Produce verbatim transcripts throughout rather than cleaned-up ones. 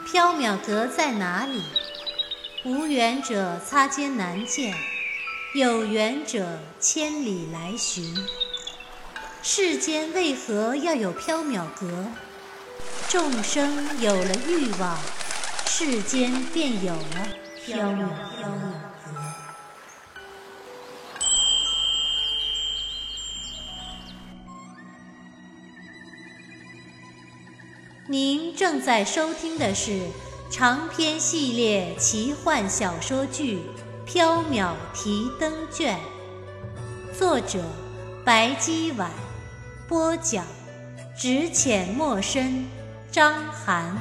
缥缈阁在哪里？无缘者擦肩难见，有缘者千里来寻。世间为何要有缥缈阁？众生有了欲望，世间便有了缥缈缥缈阁。您正在收听的是长篇系列奇幻小说剧《缥缈提灯卷》，作者白姬婉，播讲只浅墨深，张涵。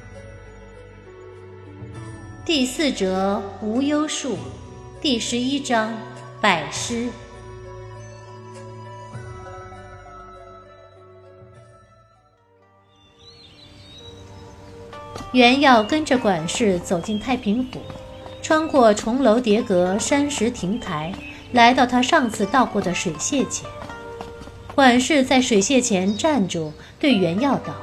第四折无忧树，第十一章百诗。袁耀跟着管事走进太平府，穿过重楼叠阁、山石亭台，来到他上次到过的水榭前。管事在水榭前站住，对袁耀道：“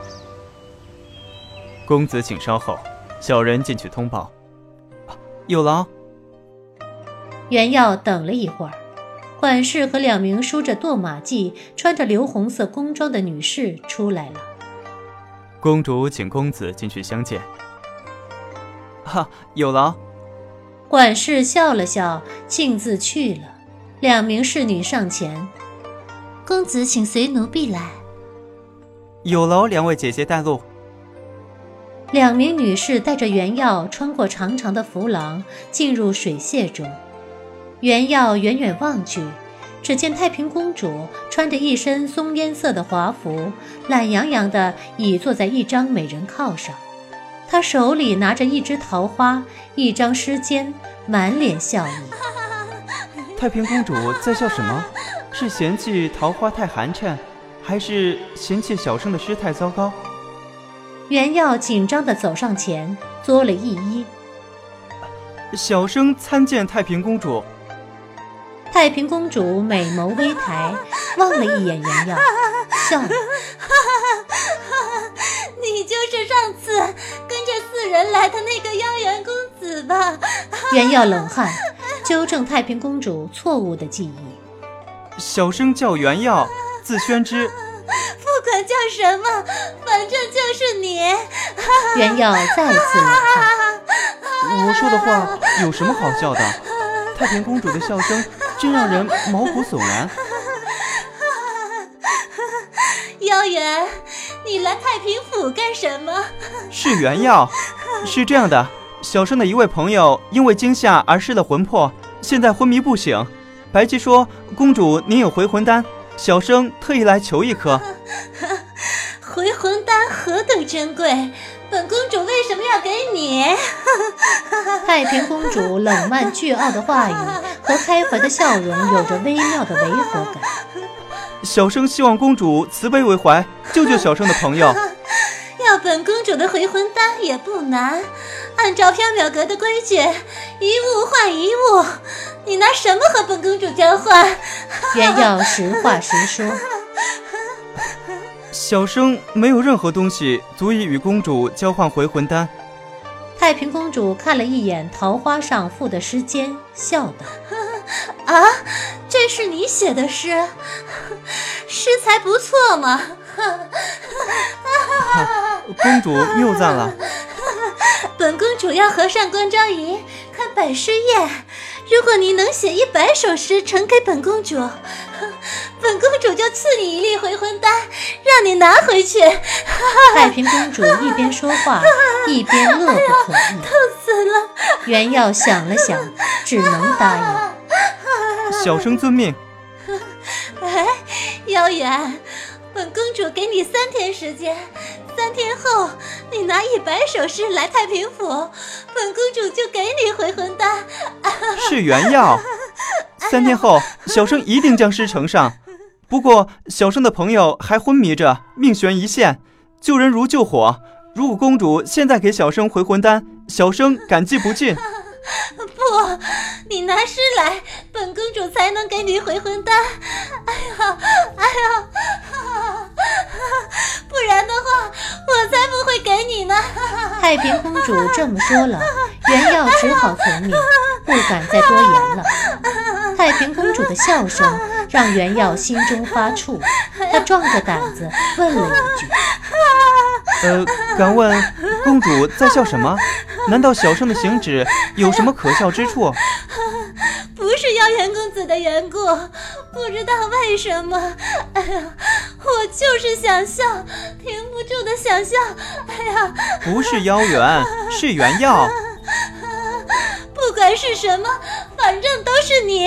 公子请稍后，小人进去通报。”有劳。 袁耀等了一会儿，管事和两名梳着堕马髻、穿着刘红色宫装的女士出来了。 公主请公子进去相见。哈，有劳。 管事笑了笑，径自去了。两名侍女上前：“公子请随奴婢来。” 有劳两位姐姐带路。 两名女士带着袁耀穿过长长的扶廊，进入水榭中。袁耀远远望去，只见太平公主穿着一身松烟色的华服，懒洋洋地倚坐在一张美人靠上。她手里拿着一枝桃花，一张诗笺，满脸笑意。 太平公主在笑什么？是嫌弃桃花太寒碜，还是嫌弃小生的诗太糟糕？ 袁耀紧张地走上前，作了一揖：“ 小生参见太平公主。” 太平公主美眸微抬，望了一眼袁耀，笑了：“ 你就是上次跟着四人来的那个妖缘公子吧？” 袁耀冷汗，纠正太平公主错误的记忆：“ 小生叫袁耀，字宣之。” 不管叫什么，反正就是你。 袁耀再次冷汗：“ 我说的话有什么好笑的？太平公主的笑声真让人毛骨悚然。” 妖缘，你来太平府干什么？ 是袁耀。是这样的，小生的一位朋友因为惊吓而失了魂魄，现在昏迷不醒。白姬说公主您有回魂丹，小生特意来求一颗。 回魂丹何等珍贵，本公主为什么要给你？ 太平公主冷慢倨傲的话语和开怀的笑容有着微妙的违和感。 小生希望公主慈悲为怀，救救小生的朋友。 要本公主的回魂丹也不难，按照缥缈阁的规矩，一物换一物，你拿什么和本公主交换？ 袁耀实话实说：“ 小生没有任何东西足以与公主交换回魂丹。” 太平公主看了一眼桃花上附的诗笺，笑道：“ 啊，这是你写的诗，诗才不错嘛。” 公主谬赞了。 本公主要和上官昭仪看百诗宴，如果你能写一百首诗呈给本公主，本公主就赐你一粒回魂丹，让你拿回去。 太平公主一边说话一边乐不可抑， 痛死了。 袁耀想了想，只能答应。 小生遵命。 哎，妖缘，本公主给你三天时间，三天后你拿一百首诗来太平府，本公主就给你回魂丹。 是袁耀。三天后小生一定将诗呈上。不过小生的朋友还昏迷着，命悬一线，救人如救火。如果公主现在给小生回魂丹，小生感激不尽。 不，你拿诗来，本公主才能给你回魂丹。哎呀，哎呀，不然的话，我才不会给你呢。 太平公主这么说了，袁耀只好从命，不敢再多言了。太平公主的笑声让袁耀心中发怵，他壮着胆子问了一句： 呃，敢问公主在笑什么？难道小生的行止有什么可笑之处？ 不是妖元公子的缘故，不知道为什么，哎呀，我就是想笑，停不住的想笑，哎呀， 不是妖元，是袁耀。 不管是什么，反正都是你。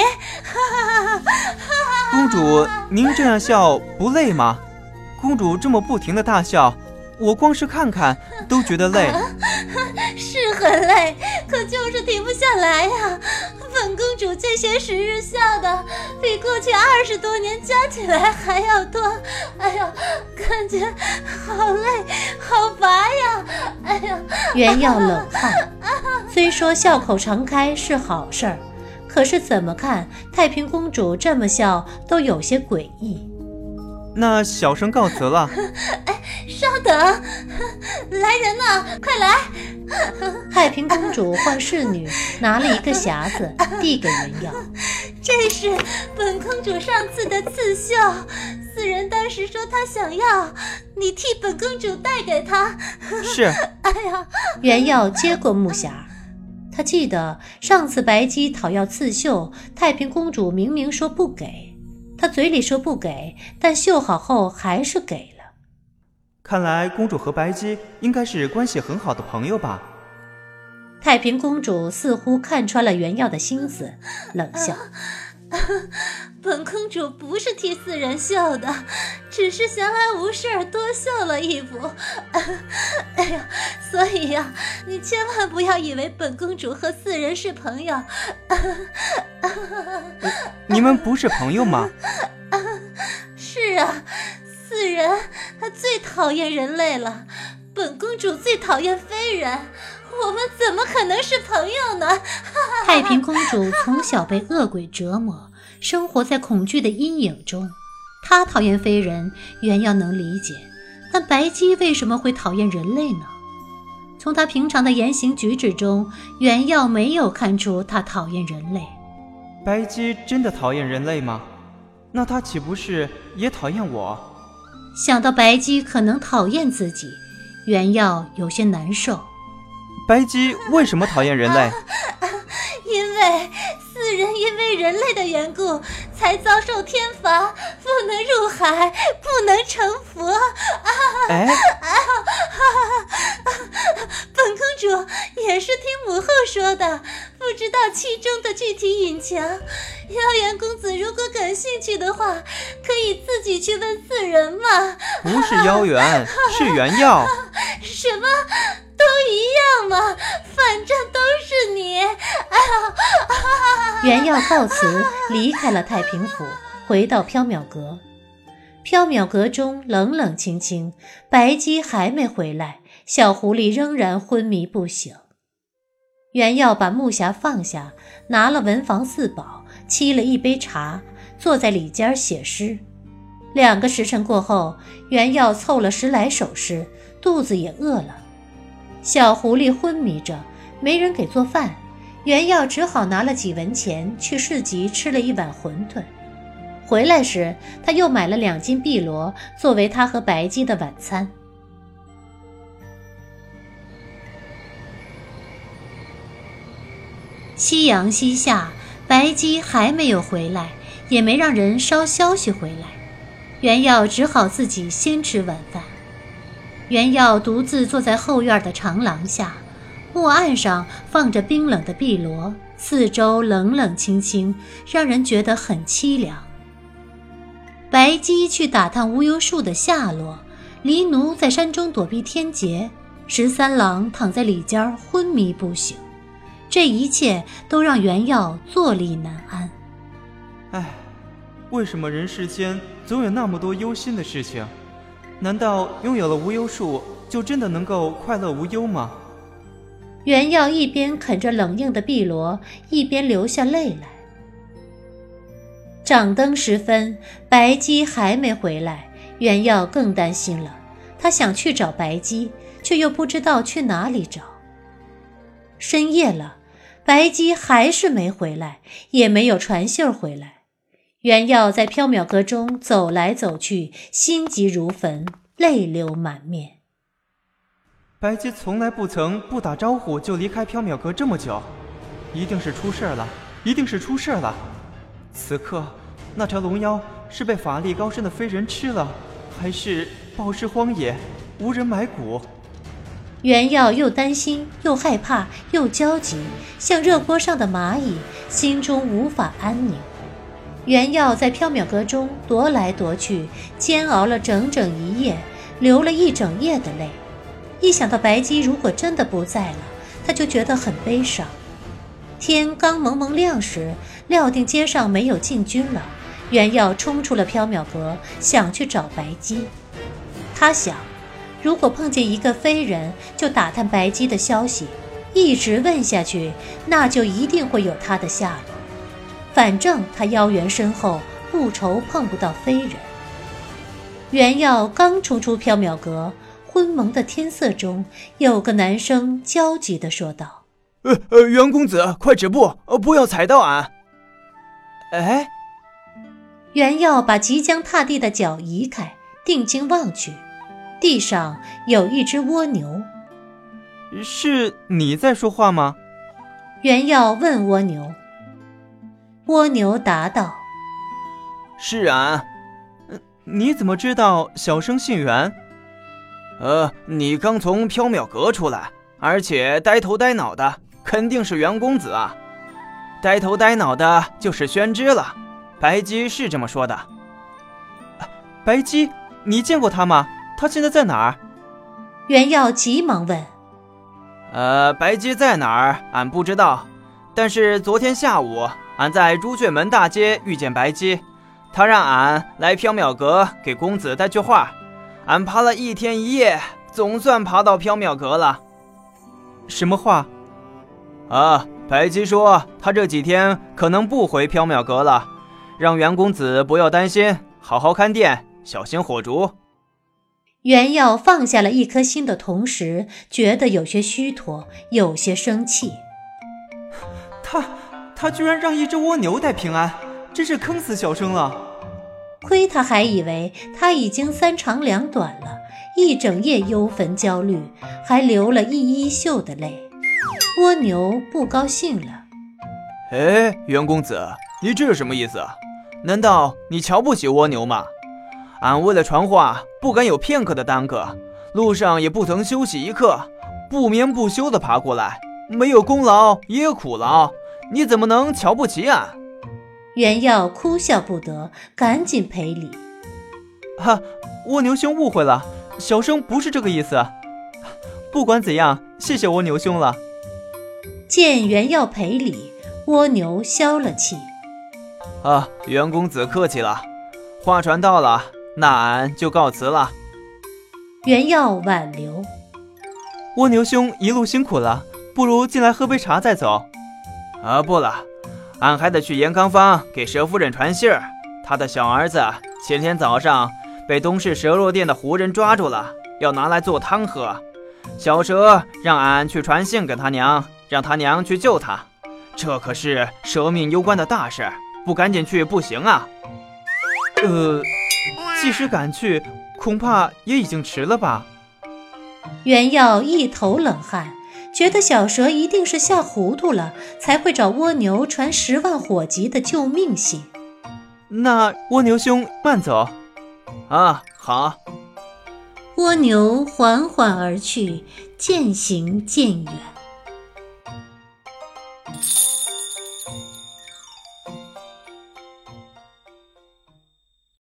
公主，您这样笑不累吗？公主这么不停的大笑，我光是看看都觉得累。 啊、是很累，可就是停不下来呀。本公主这些时日笑的比过去二十多年加起来还要多，哎呀，感觉好累好乏呀，哎呀。 袁耀冷汗，虽说笑口常开是好事儿，可是怎么看太平公主这么笑都有些诡异。 那小生告辞了。 哎，稍等，来人呐，快来！ 太平公主唤侍女拿了一个匣子递给袁耀， 这是本公主上次的刺绣，四人当时说她想要，你替本公主带给她。 是。 哎呀， 袁耀接过木匣，他记得上次白姬讨要刺绣，太平公主明明说不给，他嘴里说不给，但绣好后还是给了。 看来公主和白姬应该是关系很好的朋友吧？ 太平公主似乎看穿了袁耀的心思，冷笑： 啊、本公主不是替四人绣的，只是闲来无事多绣了一幅。啊、哎呀，所以呀、啊，你千万不要以为本公主和四人是朋友。啊啊、你们不是朋友吗？ 啊、是啊，四人他最讨厌人类了，本公主最讨厌非人，我们怎么可能是朋友呢？ 太平公主从小被恶鬼折磨，生活在恐惧的阴影中。她讨厌非人，袁耀能理解，但白姬为什么会讨厌人类呢？从她平常的言行举止中，袁耀没有看出她讨厌人类。 白姬真的讨厌人类吗？那她岂不是也讨厌我？ 想到白姬可能讨厌自己，袁耀有些难受。 白姬为什么讨厌人类？啊啊、因为四人因为人类的缘故才遭受天罚，不能入海，不能成佛。啊、 哎， 啊啊、本公主也是听母后说的，不知道其中的具体隐情。妖元公子如果感兴趣的话，可以自己去问四人嘛。 不是妖元，是袁耀。 什么？都一样嘛，反正都是你。啊啊、 袁耀告辞，离开了太平府，回到缥缈阁。缥缈阁中冷冷清清，白姬还没回来，小狐狸仍然昏迷不醒。袁耀把木匣放下，拿了文房四宝，沏了一杯茶，坐在里间写诗。两个时辰过后，袁耀凑了十来首诗，肚子也饿了。小狐狸昏迷着，没人给做饭，袁耀只好拿了几文钱去市集吃了一碗馄饨。回来时，他又买了两斤碧螺作为他和白姬的晚餐。夕阳西下，白姬还没有回来，也没让人捎消息回来，袁耀只好自己先吃晚饭。袁耀独自坐在后院的长廊下，木案上放着冰冷的碧螺，四周冷冷清清，让人觉得很凄凉。白姬去打探无忧树的下落，黎奴在山中躲避天劫，十三郎躺在里间昏迷不醒，这一切都让袁耀坐立难安。 唉，为什么人世间总有那么多忧心的事情？难道拥有了无忧树就真的能够快乐无忧吗？ 袁耀一边啃着冷硬的碧螺，一边流下泪来。掌灯时分，白姬还没回来，袁耀更担心了。他想去找白姬， 却又不知道去哪里找。深夜了，白姬还是没回来，也没有传信儿回来。袁耀在缥缈阁中走来走去，心急如焚，泪流满面。 白姬从来不曾不打招呼就离开缥缈阁这么久，一定是出事了，一定是出事了。此刻那条龙妖是被法力高深的非人吃了，还是暴尸荒野，无人埋骨？ 袁耀又担心又害怕又焦急，像热锅上的蚂蚁，心中无法安宁。袁耀在缥缈阁中踱来踱去，煎熬了整整一夜，流了一整夜的泪。一想到白姬如果真的不在了，他就觉得很悲伤。天刚蒙蒙亮时，料定街上没有禁军了，袁耀冲出了缥缈阁，想去找白姬。他想，如果碰见一个非人，就打探白姬的消息，一直问下去，那就一定会有他的下落。反正他腰缘深厚，不愁碰不到非人。袁耀刚冲出缥缈阁，昏蒙的天色中，有个男生焦急地说道： 呃呃，袁公子，快止步，呃，不要踩到俺。哎， 袁耀把即将踏地的脚移开，定睛望去，地上有一只蜗牛。 是你在说话吗？ 袁耀问蜗牛。蜗牛答道： 是俺。你怎么知道小生姓袁？呃，你刚从缥缈阁出来，而且呆头呆脑的，肯定是袁公子啊。呆头呆脑的就是宣之了，白姬是这么说的。白姬，你见过他吗？他现在在哪儿？ 袁耀急忙问。 呃，白姬在哪儿俺不知道，但是昨天下午俺在朱雀门大街遇见白姬，他让俺来缥缈阁给公子带句话，俺爬了一天一夜，总算爬到缥缈阁了。什么话？啊，白姬说他这几天可能不回缥缈阁了，让袁公子不要担心，好好看店，小心火烛。 袁耀放下了一颗心的同时，觉得有些虚脱，有些生气。他他居然让一只蜗牛带平安，真是坑死小生了。亏他还以为他已经三长两短了，一整夜忧愤焦虑，还流了一衣袖的泪。蜗牛不高兴了。 哎，袁公子，你这是什么意思？难道你瞧不起蜗牛吗？俺为了传话，不敢有片刻的耽搁，路上也不曾休息一刻，不眠不休地爬过来，没有功劳也有苦劳，你怎么能瞧不起俺？ 袁耀哭笑不得，赶紧赔礼。 哈，蜗牛兄误会了，小生不是这个意思。不管怎样，谢谢蜗牛兄了。 见袁耀赔礼，蜗牛消了气。 啊，袁公子客气了，话传到了，那俺就告辞了。 袁耀挽留。 蜗牛兄一路辛苦了，不如进来喝杯茶再走。啊，不了，俺还得去严康坊给佘夫人传信儿。他的小儿子前天早上被东市蛇肉店的胡人抓住了，要拿来做汤喝。小蛇让俺去传信给他娘，让他娘去救他。这可是蛇命攸关的大事，不赶紧去不行啊。呃，即使赶去，恐怕也已经迟了吧。 袁耀一头冷汗，觉得小蛇一定是吓糊涂了，才会找蜗牛传十万火急的救命信。 那蜗牛兄慢走。啊，好。 蜗牛缓缓而去，渐行渐远。